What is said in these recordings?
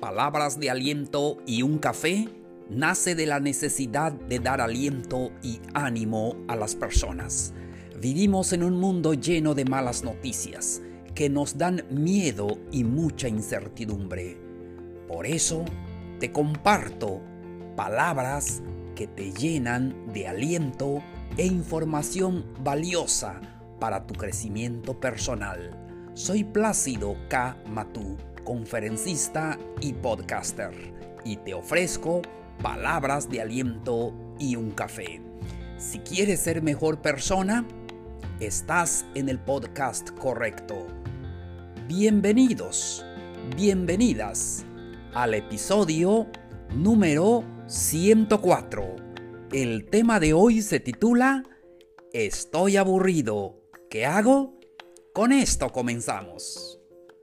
Palabras de aliento y un café nace de la necesidad de dar aliento y ánimo a las personas. Vivimos en un mundo lleno de malas noticias que nos dan miedo y mucha incertidumbre. Por eso te comparto palabras que te llenan de aliento e información valiosa para tu crecimiento personal. Soy Plácido K. Matú, conferencista y podcaster, y te ofrezco palabras de aliento y un café. Si quieres ser mejor persona, estás en el podcast correcto. Bienvenidos, bienvenidas al episodio número 104. El tema de hoy se titula Estoy aburrido. ¿Qué hago? Con esto comenzamos.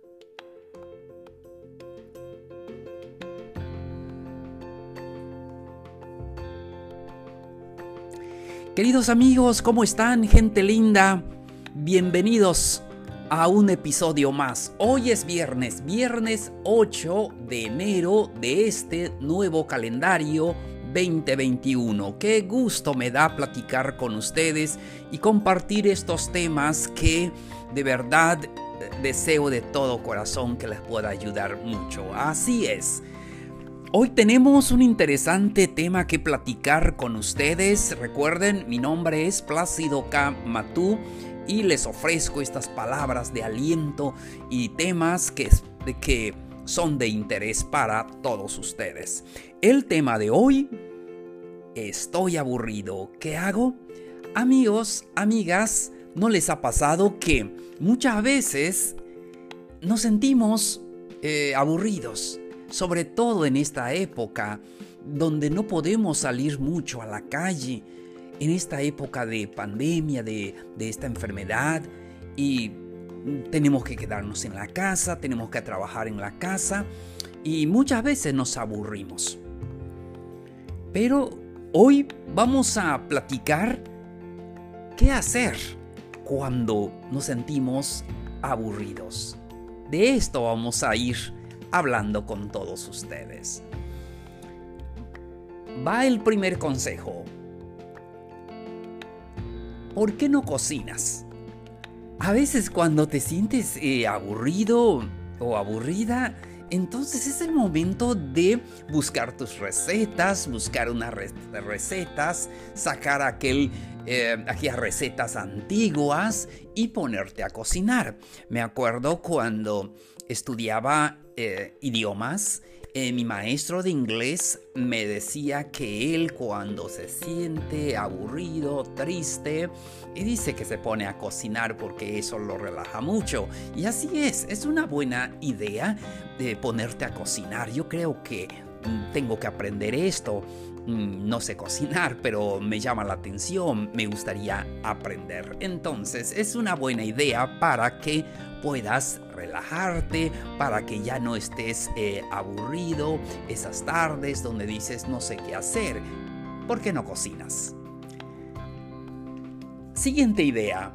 Queridos amigos, ¿cómo están? Gente linda, bienvenidos a un episodio más. Hoy es viernes 8 de enero de este nuevo calendario 2021. Qué gusto me da platicar con ustedes y compartir estos temas que de verdad deseo de todo corazón que les pueda ayudar mucho. Así es. Hoy tenemos un interesante tema que platicar con ustedes. Recuerden, mi nombre es Plácido K. Matú y les ofrezco estas palabras de aliento y temas que son de interés para todos ustedes. El tema de hoy, estoy aburrido. ¿Qué hago? Amigos, amigas, ¿no les ha pasado que muchas veces nos sentimos aburridos? Sobre todo en esta época donde no podemos salir mucho a la calle, en esta época de pandemia, de esta enfermedad, y tenemos que quedarnos en la casa, tenemos que trabajar en la casa y muchas veces nos aburrimos. Pero hoy vamos a platicar qué hacer cuando nos sentimos aburridos. De esto vamos a ir hablando con todos ustedes. Va el primer consejo. ¿Por qué no cocinas? A veces cuando te sientes aburrido o aburrida, entonces es el momento de buscar tus recetas, buscar unas recetas, sacar aquellas recetas antiguas y ponerte a cocinar. Me acuerdo cuando estudiaba idiomas, mi maestro de inglés me decía que él cuando se siente aburrido, triste, y dice que se pone a cocinar porque eso lo relaja mucho. Y así es una buena idea de ponerte a cocinar. Yo creo que tengo que aprender esto. No sé cocinar, pero me llama la atención, me gustaría aprender. Entonces es una buena idea para que puedas relajarte, para que ya no estés aburrido esas tardes donde dices no sé qué hacer. ¿Por qué no cocinas? Siguiente idea.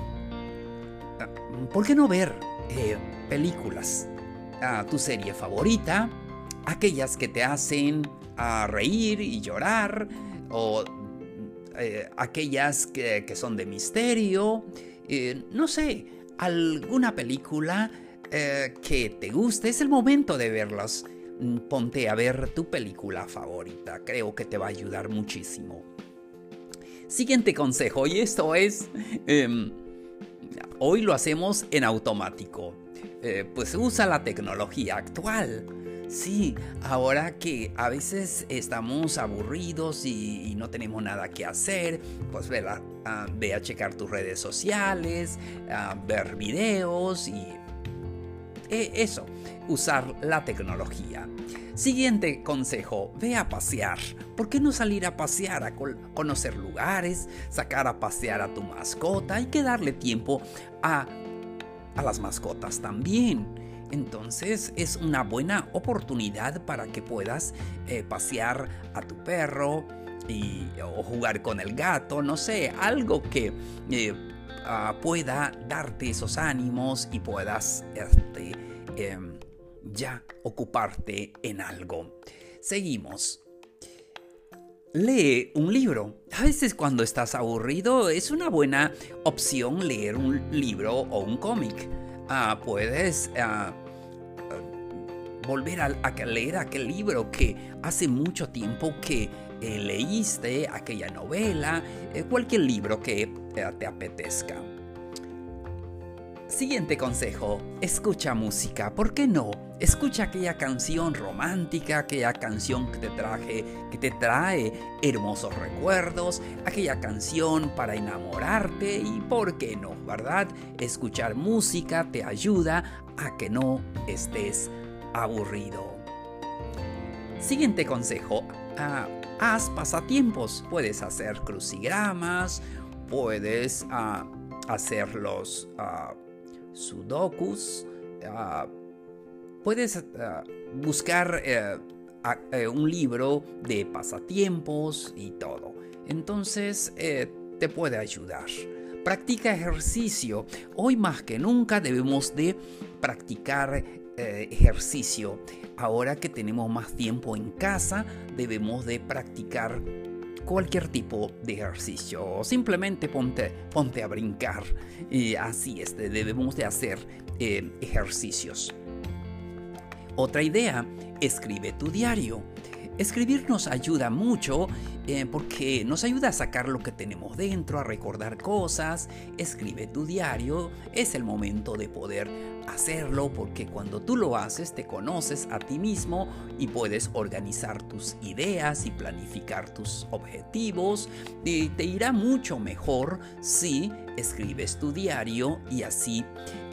¿Por qué no ver películas? Tu serie favorita, aquellas que te hacen a reír y llorar, o aquellas que son de misterio, no sé, alguna película que te guste. Es el momento de verlas. Ponte a ver tu película favorita, creo que te va a ayudar muchísimo. Siguiente consejo, y esto es, hoy lo hacemos en automático, pues usa la tecnología actual. Sí, ahora que a veces estamos aburridos y no tenemos nada que hacer, pues ve a checar tus redes sociales, ver videos y eso, usar la tecnología. Siguiente consejo, ve a pasear. ¿Por qué no salir a pasear, a conocer lugares, sacar a pasear a tu mascota? Hay que darle tiempo a las mascotas también. Entonces es una buena oportunidad para que puedas pasear a tu perro o jugar con el gato, no sé, algo que pueda darte esos ánimos y puedas ya ocuparte en algo. Seguimos. Lee un libro. A veces cuando estás aburrido es una buena opción leer un libro o un cómic. Puedes volver a leer aquel libro que hace mucho tiempo que leíste, aquella novela, cualquier libro que te apetezca. Siguiente consejo, escucha música. ¿Por qué no? Escucha aquella canción romántica, aquella canción que te trae hermosos recuerdos, aquella canción para enamorarte y ¿por qué no? ¿Verdad? Escuchar música te ayuda a que no estés aburrido. Siguiente consejo, haz pasatiempos. Puedes hacer crucigramas, puedes hacer los sudokus, puedes buscar un libro de pasatiempos y todo. Entonces te puede ayudar. Practica ejercicio. Hoy más que nunca debemos de practicar ejercicio. Ahora que tenemos más tiempo en casa, debemos de practicar cualquier tipo de ejercicio, o simplemente ponte a brincar. Así es, debemos de hacer ejercicios. Otra idea, escribe tu diario. Escribir nos ayuda mucho porque nos ayuda a sacar lo que tenemos dentro, a recordar cosas. Escribe tu diario, es el momento de poder hacerlo porque cuando tú lo haces te conoces a ti mismo y puedes organizar tus ideas y planificar tus objetivos. Y te irá mucho mejor si escribes tu diario y así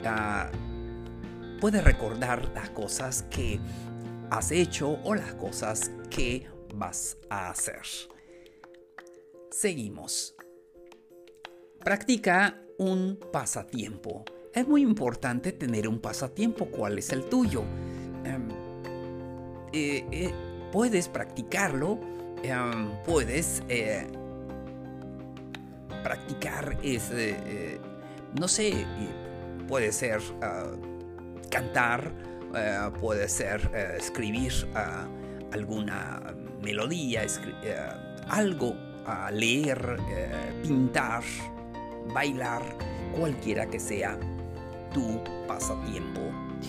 puedes recordar las cosas que has hecho o las cosas que vas a hacer. Seguimos. Practica un pasatiempo. Es muy importante tener un pasatiempo. ¿Cuál es el tuyo? Puedes practicarlo. Puedes practicar no sé, puede ser cantar, puede ser escribir alguna melodía, algo, leer, pintar, bailar, cualquiera que sea tu pasatiempo.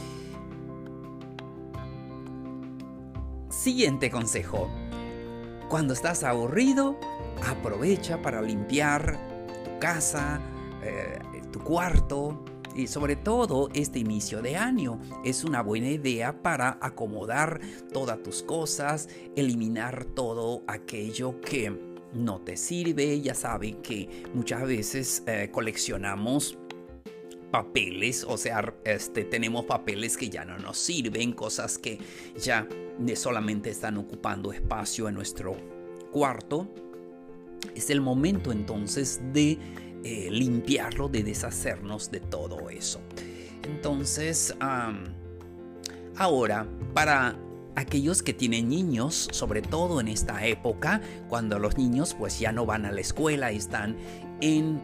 Siguiente consejo. Cuando estás aburrido, aprovecha para limpiar tu casa, tu cuarto. Y sobre todo este inicio de año es una buena idea para acomodar todas tus cosas, eliminar todo aquello que no te sirve. Ya saben que muchas veces coleccionamos papeles, o sea, tenemos papeles que ya no nos sirven, cosas que ya solamente están ocupando espacio en nuestro cuarto. Es el momento entonces de limpiarlo, de deshacernos de todo eso. Entonces, ahora, para aquellos que tienen niños, sobre todo en esta época, cuando los niños pues ya no van a la escuela y están en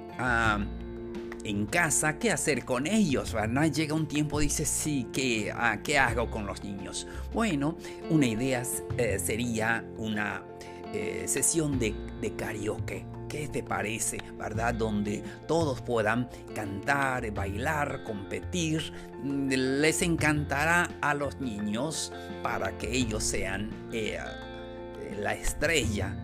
casa, ¿qué hacer con ellos? ¿Verdad? Llega un tiempo, dices, sí, ¿qué hago con los niños? Bueno, una idea sería una sesión de karaoke. ¿Qué te parece, verdad? Donde todos puedan cantar, bailar, competir. Les encantará a los niños para que ellos sean la estrella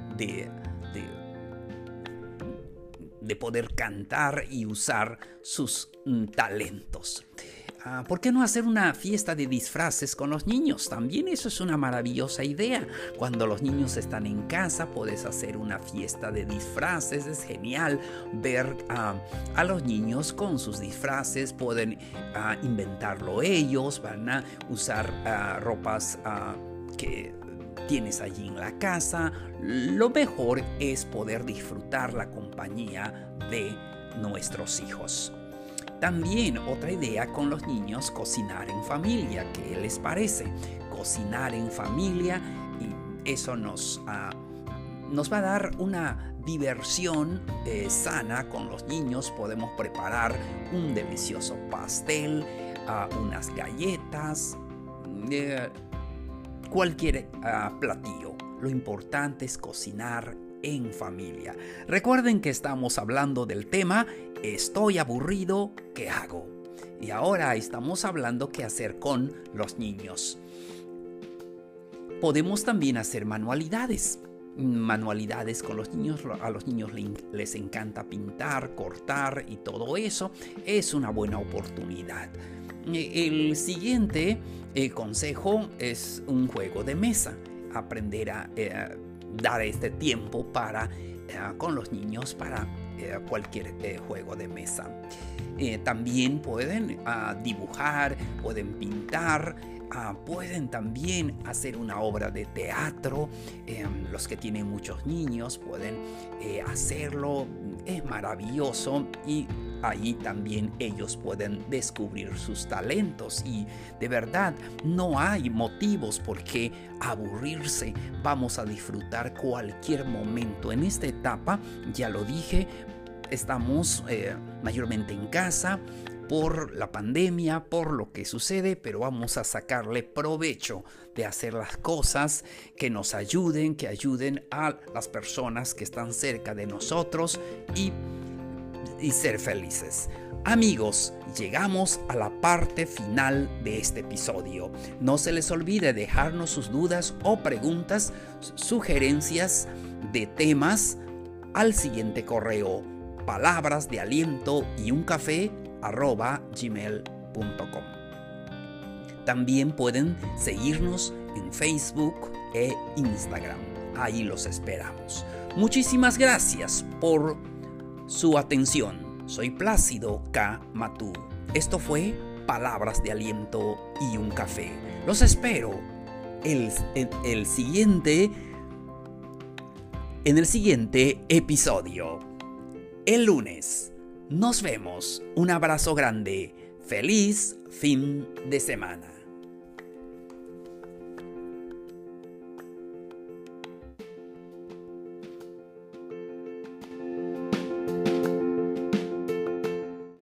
de poder cantar y usar sus talentos. ¿Por qué no hacer una fiesta de disfraces con los niños? También eso es una maravillosa idea. Cuando los niños están en casa, puedes hacer una fiesta de disfraces. Es genial ver a los niños con sus disfraces. Pueden inventarlo ellos, van a usar ropas que tienes allí en la casa. Lo mejor es poder disfrutar la compañía de nuestros hijos. También otra idea con los niños, cocinar en familia. ¿Qué les parece? Cocinar en familia, y eso nos va a dar una diversión sana con los niños. Podemos preparar un delicioso pastel, unas galletas, cualquier platillo. Lo importante es cocinar en familia. Recuerden que estamos hablando del tema "Estoy aburrido, ¿qué hago?". Y ahora estamos hablando qué hacer con los niños. Podemos también hacer manualidades con los niños. A los niños les encanta pintar, cortar y todo eso. Es una buena oportunidad. El siguiente consejo es un juego de mesa. Aprender a dar este tiempo con los niños para cualquier juego de mesa. También pueden dibujar, pueden pintar, pueden también hacer una obra de teatro. Los que tienen muchos niños pueden hacerlo. Es maravilloso y ahí también ellos pueden descubrir sus talentos y de verdad no hay motivos por qué aburrirse. Vamos a disfrutar cualquier momento. En esta etapa, ya lo dije, estamos mayormente en casa por la pandemia, por lo que sucede, pero vamos a sacarle provecho de hacer las cosas que nos ayuden, que ayuden a las personas que están cerca de nosotros y ser felices. Amigos, llegamos a la parte final de este episodio. No se les olvide dejarnos sus dudas o preguntas, sugerencias de temas al siguiente correo: palabrasdealientoyuncafé@gmail.com. También pueden seguirnos en Facebook e Instagram. Ahí los esperamos. Muchísimas gracias por su atención. Soy Plácido K. Matú. Esto fue Palabras de Aliento y un Café. Los espero en el siguiente episodio. El lunes. Nos vemos. Un abrazo grande. Feliz fin de semana.